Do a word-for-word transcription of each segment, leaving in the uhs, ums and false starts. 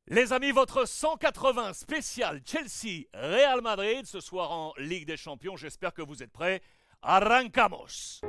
Les amis, votre cent quatre-vingts spécial Chelsea-Real Madrid ce soir en Ligue des Champions. J'espère que vous êtes prêts. Arrancamos!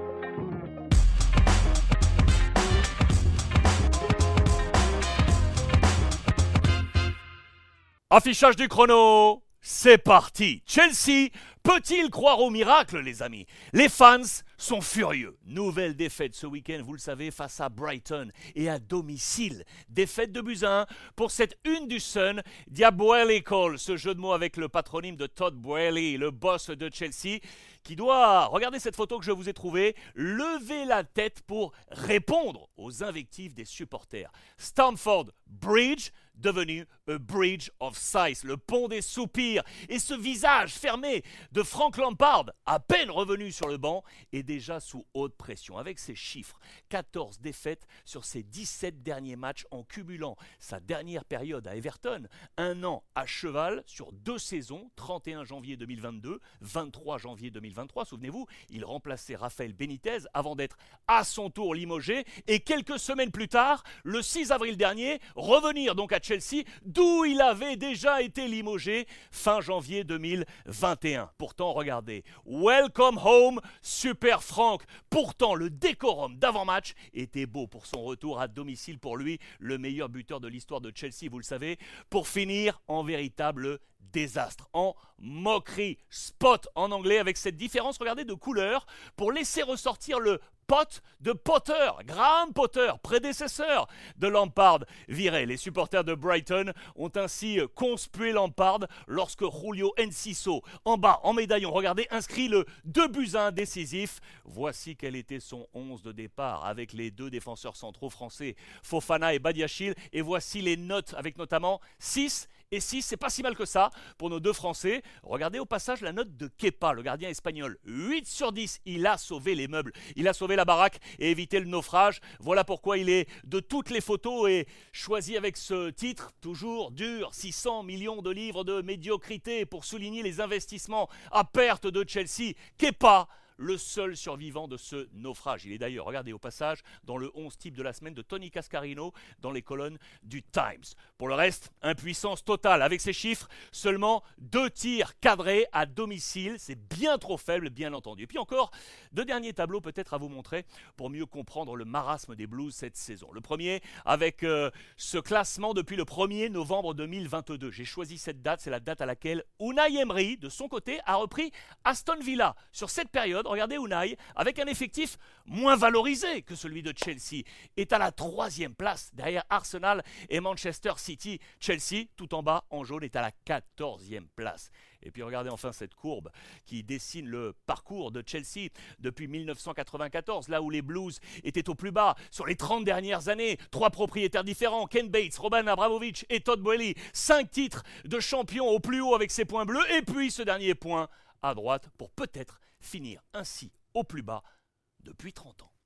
Affichage du chrono, c'est parti. Chelsea peut-il croire au miracle, les amis? Les fans sont furieux. Nouvelle défaite ce week-end, vous le savez, face à Brighton et à domicile. Défaite de buts à un pour cette une du Sun. Diabolical Call, ce jeu de mots avec le patronyme de Todd Boehly, le boss de Chelsea, qui doit, regardez cette photo que je vous ai trouvée, lever la tête pour répondre aux invectives des supporters. Stamford Bridge, devenu a bridge of sighs, le pont des soupirs, et ce visage fermé de Frank Lampard, à peine revenu sur le banc, est déjà sous haute pression. Avec ses chiffres, quatorze défaites sur ses dix-sept derniers matchs en cumulant sa dernière période à Everton, un an à cheval sur deux saisons, trente et un janvier deux mille vingt-deux, vingt-trois janvier deux mille vingt-trois, souvenez-vous, il remplaçait Rafael Benitez avant d'être à son tour limogé, et quelques semaines plus tard, le six avril dernier, revenir donc à Chelsea, d'où il avait déjà été limogé fin janvier deux mille vingt et un. Pourtant, regardez, welcome home, Super Frank. Pourtant, le décorum d'avant-match était beau pour son retour à domicile pour lui, le meilleur buteur de l'histoire de Chelsea, vous le savez, pour finir en véritable désastre, en moquerie, spot en anglais, avec cette différence, regardez, de couleur, pour laisser ressortir le pote de Potter, Graham Potter, prédécesseur de Lampard viré. Les supporters de Brighton ont ainsi conspué Lampard lorsque Julio Enciso, en bas, en médaillon, regardez, inscrit le deux buts à un décisif. Voici quel était son onze de départ avec les deux défenseurs centraux français, Fofana et Badiachil. Et voici les notes avec notamment six et six, c'est pas si mal que ça pour nos deux Français. Regardez au passage la note de Kepa, le gardien espagnol. huit sur dix, il a sauvé les meubles, il a sauvé la baraque et évité le naufrage. Voilà pourquoi il est de toutes les photos et choisi avec ce titre, toujours dur, six cents millions de livres de médiocrité pour souligner les investissements à perte de Chelsea. Kepa, le seul survivant de ce naufrage. Il est d'ailleurs, regardez au passage, dans le onze type de la semaine de Tony Cascarino, dans les colonnes du Times. Pour le reste, impuissance totale. Avec ces chiffres, seulement deux tirs cadrés à domicile. C'est bien trop faible, bien entendu. Et puis encore, deux derniers tableaux peut-être à vous montrer pour mieux comprendre le marasme des Blues cette saison. Le premier, avec euh, ce classement depuis le premier novembre deux mille vingt-deux. J'ai choisi cette date, c'est la date à laquelle Unai Emery, de son côté, a repris Aston Villa. Sur cette période, regardez Unai, avec un effectif moins valorisé que celui de Chelsea, est à la troisième place derrière Arsenal et Manchester City. Chelsea, tout en bas en jaune, est à la quatorzième place. Et puis regardez enfin cette courbe qui dessine le parcours de Chelsea depuis mille neuf cent quatre-vingt-quatorze, là où les Blues étaient au plus bas sur les trente dernières années. Trois propriétaires différents, Ken Bates, Roman Abramovich et Todd Boehly. Cinq titres de champion au plus haut avec ses points bleus. Et puis ce dernier point à droite pour peut-être finir ainsi au plus bas depuis trente ans.